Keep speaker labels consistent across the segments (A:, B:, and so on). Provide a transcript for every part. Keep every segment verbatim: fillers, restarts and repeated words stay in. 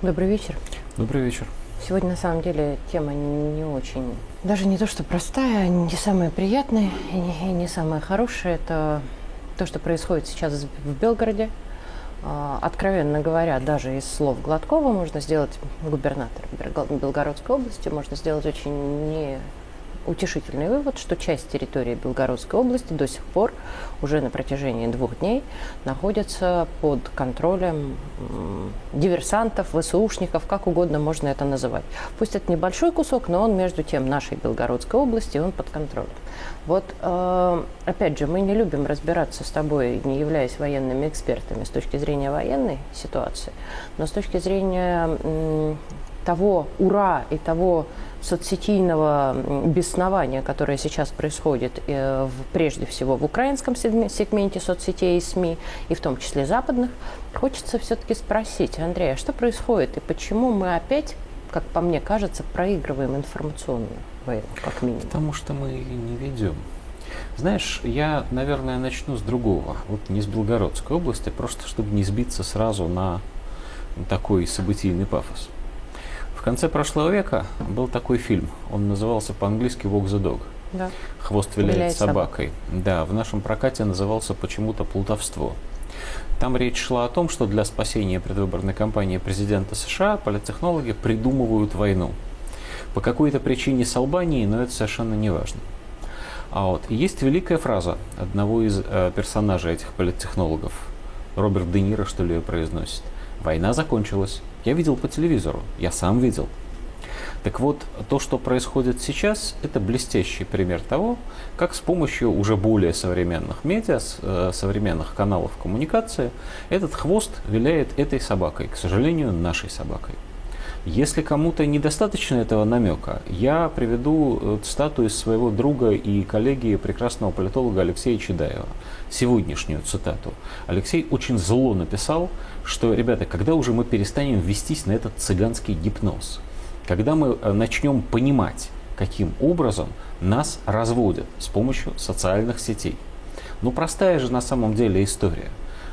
A: Добрый вечер.
B: Добрый вечер.
A: Сегодня, на самом деле, тема не очень, даже не то, что простая, не самая приятная и не, и не самая хорошая. Это то, что происходит сейчас в Белгороде. А, откровенно говоря, даже из слов Гладкова можно сделать, губернатора Белгородской области, можно сделать очень неутешительный вывод, что часть территории Белгородской области до сих пор, уже на протяжении двух дней, находится под контролем м, диверсантов, ВСУшников, как угодно можно это называть. Пусть это небольшой кусок, но он между тем нашей Белгородской области, он под контролем. Вот, э, опять же, мы не любим разбираться с тобой, не являясь военными экспертами, с точки зрения военной ситуации, но с точки зрения м, того ура и того соцсетийного беснования, которое сейчас происходит э, в, прежде всего в украинском сегменте соцсетей и СМИ, и в том числе западных, хочется все-таки спросить, Андрей, а что происходит и почему мы опять, как по мне кажется, проигрываем информационную войну, как минимум?
B: Потому что мы ее не ведем. Знаешь, я, наверное, начну с другого. Вот не с Белгородской области, просто чтобы не сбиться сразу на такой событийный пафос. В конце прошлого века был такой фильм, он назывался по-английски «Walk the Dog».
A: Да.
B: «Хвост виляет,
A: виляет
B: собакой». Собак. Да, в нашем прокате назывался почему-то «Плутовство». Там речь шла о том, что для спасения предвыборной кампании президента США политтехнологи придумывают войну. По какой-то причине с Албанией, но это совершенно не важно. А вот есть великая фраза одного из э, персонажей этих политтехнологов, Роберт Де Ниро, что ли, ее произносит. «Война закончилась. Я видел по телевизору. Я сам видел». Так вот, то, что происходит сейчас, это блестящий пример того, как с помощью уже более современных медиа, э, современных каналов коммуникации, этот хвост виляет этой собакой, к сожалению, нашей собакой. Если кому-то недостаточно этого намека, я приведу цитату из своего друга и коллеги, прекрасного политолога Алексея Чедаева. Сегодняшнюю цитату. Алексей очень зло написал, что, ребята, когда уже мы перестанем вестись на этот цыганский гипноз? Когда мы начнем понимать, каким образом нас разводят с помощью социальных сетей? Ну, простая же на самом деле история.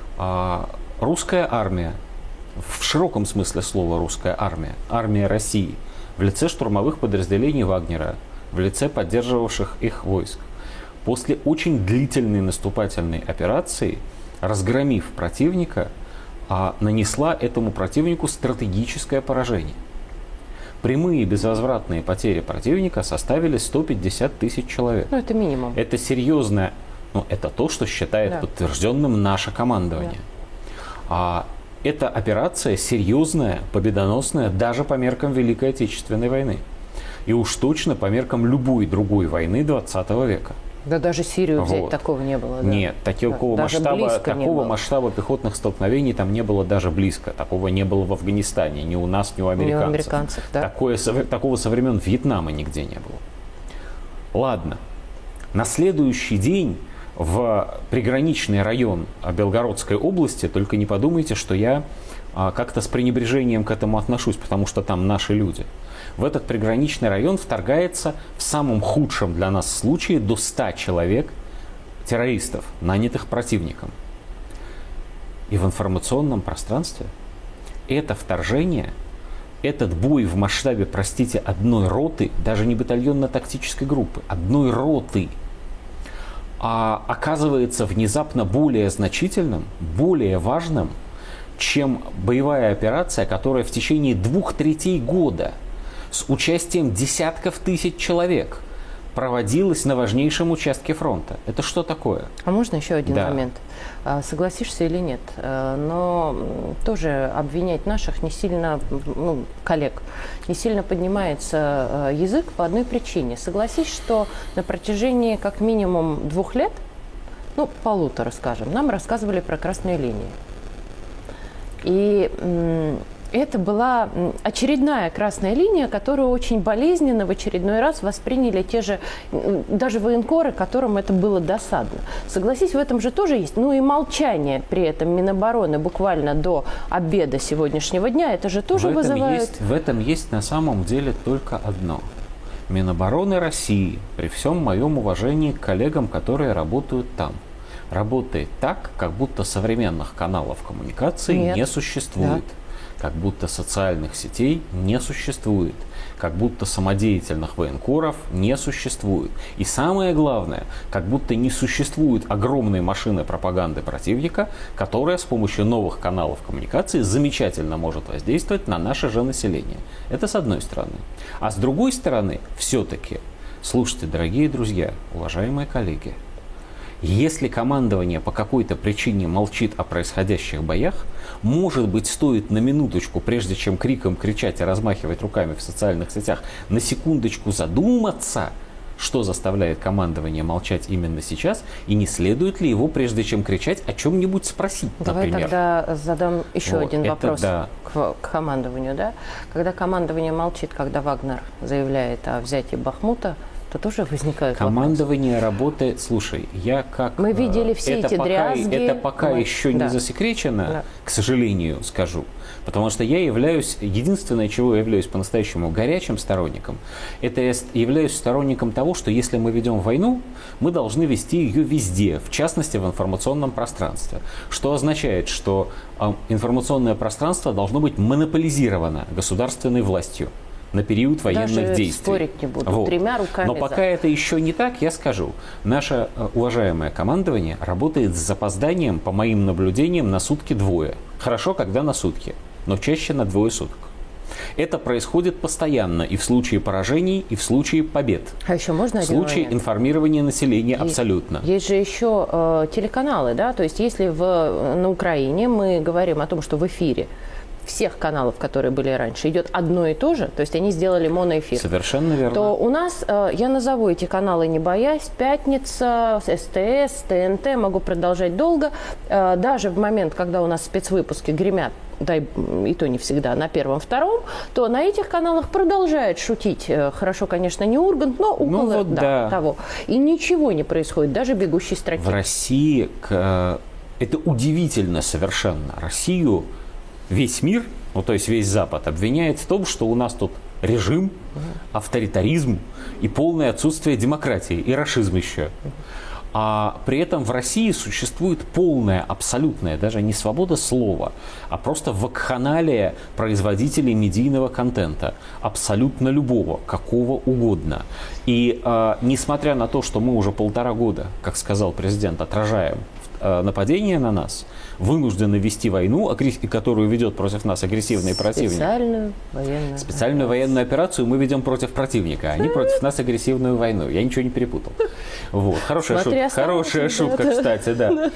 B: Русская армия, в широком смысле слова русская армия, армия России, в лице штурмовых подразделений Вагнера, в лице поддерживавших их войск, после очень длительной наступательной операции, разгромив противника, нанесла этому противнику стратегическое поражение. Прямые безвозвратные потери противника составили сто пятьдесят тысяч человек.
A: Ну, это минимум.
B: Это серьезное, ну, это то, что считает да. подтвержденным наше командование. Да. А эта операция серьезная, победоносная даже по меркам Великой Отечественной войны. И уж точно по меркам любой другой войны двадцатого века.
A: Да даже Сирию взять вот. Такого не было. Да?
B: Нет, такого, да, масштаба, такого масштаба пехотных столкновений там не было даже близко. Такого не было в Афганистане, ни у нас, ни у американцев.
A: Не у американцев, да.
B: Такое, такого со времен Вьетнама нигде не было. Ладно. На следующий день в приграничный район Белгородской области, только не подумайте, что я а, как-то с пренебрежением к этому отношусь, потому что там наши люди. В этот приграничный район вторгается в самом худшем для нас случае до ста человек террористов, нанятых противником. И в информационном пространстве это вторжение, этот бой в масштабе, простите, одной роты, даже не батальонно-тактической группы, одной роты, а оказывается внезапно более значительным, более важным, чем боевая операция, которая в течение двух третей года с участием десятков тысяч человек проводилась на важнейшем участке фронта. Это что такое?
A: А можно еще один
B: да.
A: момент? Согласишься или нет? Но тоже обвинять наших не сильно, ну, коллег, не сильно поднимается язык по одной причине. Согласись, что на протяжении как минимум двух лет, ну, полутора, скажем, нам рассказывали про красные линии. И это была очередная красная линия, которую очень болезненно в очередной раз восприняли те же, даже военкоры, которым это было досадно. Согласись, в этом же тоже есть. Ну и молчание при этом Минобороны буквально до обеда сегодняшнего дня, это же тоже
B: в этом
A: вызывает...
B: Есть, в этом есть на самом деле только одно. Минобороны России, при всем моем уважении к коллегам, которые работают там, работает так, как будто современных каналов коммуникации
A: Нет.
B: не существует. Да. как будто социальных сетей не существует, как будто самодеятельных военкоров не существует. И самое главное, как будто не существует огромной машины пропаганды противника, которая с помощью новых каналов коммуникации замечательно может воздействовать на наше же население. Это с одной стороны. А с другой стороны, все-таки, слушайте, дорогие друзья, уважаемые коллеги, если командование по какой-то причине молчит о происходящих боях, может быть, стоит на минуточку, прежде чем криком кричать и размахивать руками в социальных сетях, на секундочку задуматься, что заставляет командование молчать именно сейчас, и не следует ли его, прежде чем кричать, о чем-нибудь спросить,
A: Давай
B: например.
A: тогда задам еще
B: Вот,
A: один
B: это
A: вопрос
B: да.
A: к, к командованию. Да? Когда командование молчит, когда Вагнер заявляет о взятии Бахмута, то тоже возникают
B: Командование
A: вопросы.
B: работает. Слушай, я как...
A: Мы видели все
B: это
A: эти
B: пока,
A: дрязги.
B: Это пока
A: Мы...
B: еще
A: да.
B: не засекречено,
A: Да.
B: к сожалению, скажу. Потому что я являюсь, единственное, чего я являюсь по-настоящему горячим сторонником, это я являюсь сторонником того, что если мы ведем войну, мы должны вести ее везде, в частности в информационном пространстве. Что означает, что э, информационное пространство должно быть монополизировано государственной властью на период военных
A: Даже
B: действий.
A: Спорить не буду.
B: Вот.
A: Тремя руками.
B: Но пока
A: за.
B: это еще не так, я скажу. Наше э, уважаемое командование работает с запозданием, по моим наблюдениям, на сутки двое. Хорошо, когда на сутки, но чаще на двое суток. Это происходит постоянно и в случае поражений, и в случае побед.
A: А еще можно
B: В
A: один
B: случае
A: момент?
B: информирования населения
A: Есть,
B: абсолютно.
A: Есть же еще э, телеканалы, да, то есть если в, на Украине мы говорим о том, что в эфире всех каналов, которые были раньше, идет одно и то же, то есть они сделали моноэфир.
B: Совершенно верно.
A: То у нас, э, я назову эти каналы не боясь, Пятница, СТС, ТНТ, могу продолжать долго, э, даже в момент, когда у нас спецвыпуски гремят, да и, и то не всегда, на первом-втором, то на этих каналах продолжает шутить, э, хорошо, конечно, не Ургант, но около
B: Ну вот
A: да,
B: да.
A: того. И ничего не происходит, даже бегущий строки.
B: В России к... это удивительно совершенно. Россию весь мир, ну то есть весь Запад, обвиняет в том, что у нас тут режим, авторитаризм и полное отсутствие демократии, и рашизм еще. А при этом в России существует полная, абсолютная, даже не свобода слова, а просто вакханалия производителей медийного контента, абсолютно любого, какого угодно. И э, несмотря на то, что мы уже полтора года, как сказал президент, отражаем э, нападение на нас, вынуждены вести войну, которую ведет против нас агрессивный противник.
A: Специальную военную
B: Специальную военную операцию мы ведем против противника, а они против нас агрессивную войну. Я ничего не перепутал. Вот. Хорошая
A: Смотри,
B: шутка, хорошая шутка,
A: да.
B: кстати, да.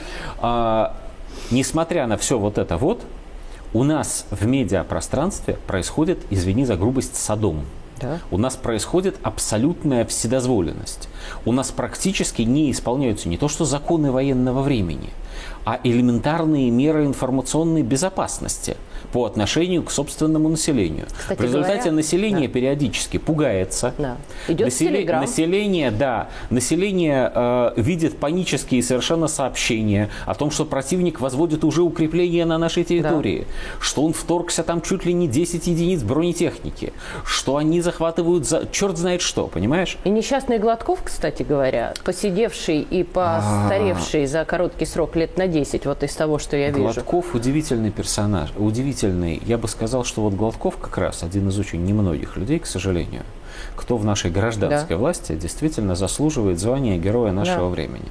B: А, несмотря на все вот это вот, у нас в медиапространстве происходит, извини за грубость, содом.
A: Да.
B: У нас происходит абсолютная вседозволенность. У нас практически не исполняются не то что законы военного времени, а элементарные меры информационной безопасности по отношению к собственному населению.
A: Кстати
B: в результате
A: говоря,
B: население
A: да.
B: периодически пугается.
A: Да. Идет
B: Населе...
A: телеграм.
B: Население, да, население э, видит панические совершенно сообщения о том, что противник возводит уже укрепления на нашей территории, да. что он вторгся там чуть ли не десять единиц бронетехники, что они захватывают за черт знает что, понимаешь?
A: И несчастный Гладков, кстати говоря, посидевший и постаревший за короткий срок лет на десять, вот из того, что я вижу.
B: Гладков удивительный персонаж, удивительный. Я бы сказал, что вот Гладков как раз один из очень немногих людей, к сожалению, кто в нашей гражданской да. власти действительно заслуживает звания героя нашего да. времени.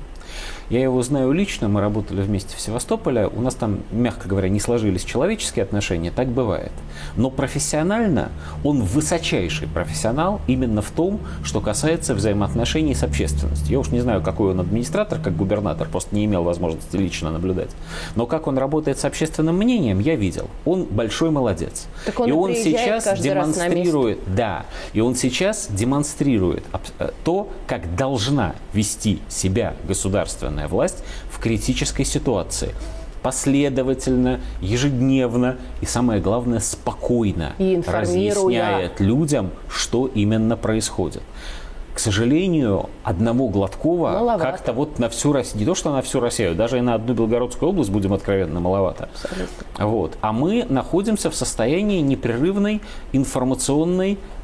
B: Я его знаю лично, мы работали вместе в Севастополе, у нас там, мягко говоря, не сложились человеческие отношения, так бывает. Но профессионально он высочайший профессионал именно в том, что касается взаимоотношений с общественностью. Я уж не знаю, какой он администратор, как губернатор, просто не имел возможности лично наблюдать. Но как он работает с общественным мнением, я видел. Он большой молодец.
A: Так он
B: и он
A: приезжает
B: сейчас демонстрирует, да, и он сейчас демонстрирует то, как должна вести себя государственная власть в критической ситуации. Последовательно, ежедневно и, самое главное, спокойно разъясняет людям, что именно происходит. К сожалению, одному Гладкова маловато. Как-то вот на всю Россию, не то что на всю Россию, даже и на одну Белгородскую область, будем откровенно, маловато. Вот. А мы находимся в состоянии непрерывной информационной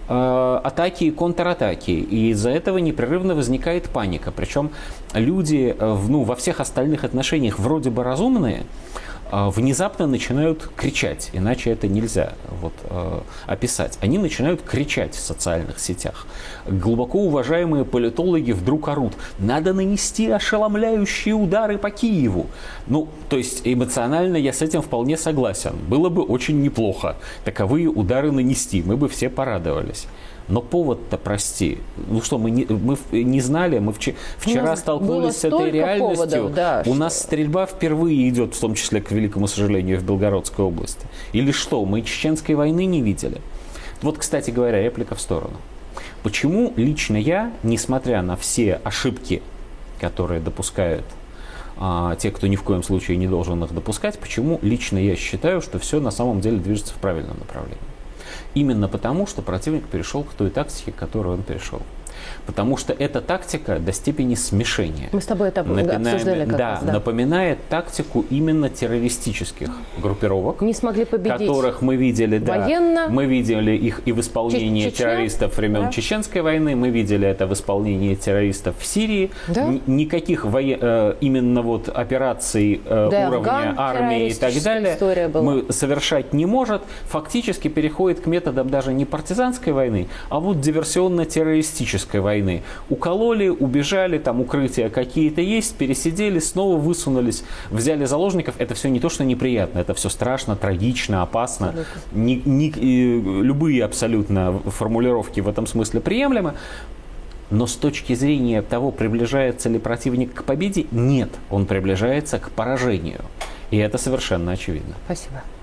B: э, атаки и контратаки. И из-за этого непрерывно возникает паника. Причем люди э, ну, во всех остальных отношениях вроде бы разумные, внезапно начинают кричать, иначе это нельзя вот, э, описать. Они начинают кричать в социальных сетях. Глубоко уважаемые политологи вдруг орут: надо нанести ошеломляющие удары по Киеву. Ну, то есть эмоционально я с этим вполне согласен. Было бы очень неплохо таковые удары нанести, мы бы все порадовались. Но повод-то, прости, ну что, мы не, мы не знали, мы вчера, вчера столкнулись с этой реальностью. Поводов, да, У что? нас стрельба впервые идет, в том числе, к великому сожалению, в Белгородской области. Или что, мы Чеченской войны не видели? Вот, кстати говоря, реплика в сторону. Почему лично я, несмотря на все ошибки, которые допускают а, те, кто ни в коем случае не должен их допускать, почему лично я считаю, что все на самом деле движется в правильном направлении? Именно потому, что противник перешел к той тактике, к которой он перешел. Потому что эта тактика до степени смешения.
A: Мы с тобой это обсуждали как
B: да,
A: раз, да.
B: напоминает тактику именно террористических группировок.
A: Не смогли победить.
B: Которых мы видели,
A: военно.
B: Да, мы видели их и в исполнении Чечня? террористов времен да. Чеченской войны, мы видели это в исполнении террористов в Сирии. Да? Никаких вое... э, именно вот операций э, да, уровня Афган, армии и так далее мы совершать не может. Фактически переходит к методам даже не партизанской войны, а вот диверсионно-террористической войны. Укололи, убежали, там укрытия какие-то есть, пересидели, снова высунулись, взяли заложников. Это все не то, что неприятно, это все страшно, трагично, опасно. Ни, ни, любые абсолютно формулировки в этом смысле приемлемы. Но с точки зрения того, приближается ли противник к победе, нет, он приближается к поражению. И это совершенно очевидно.
A: Спасибо.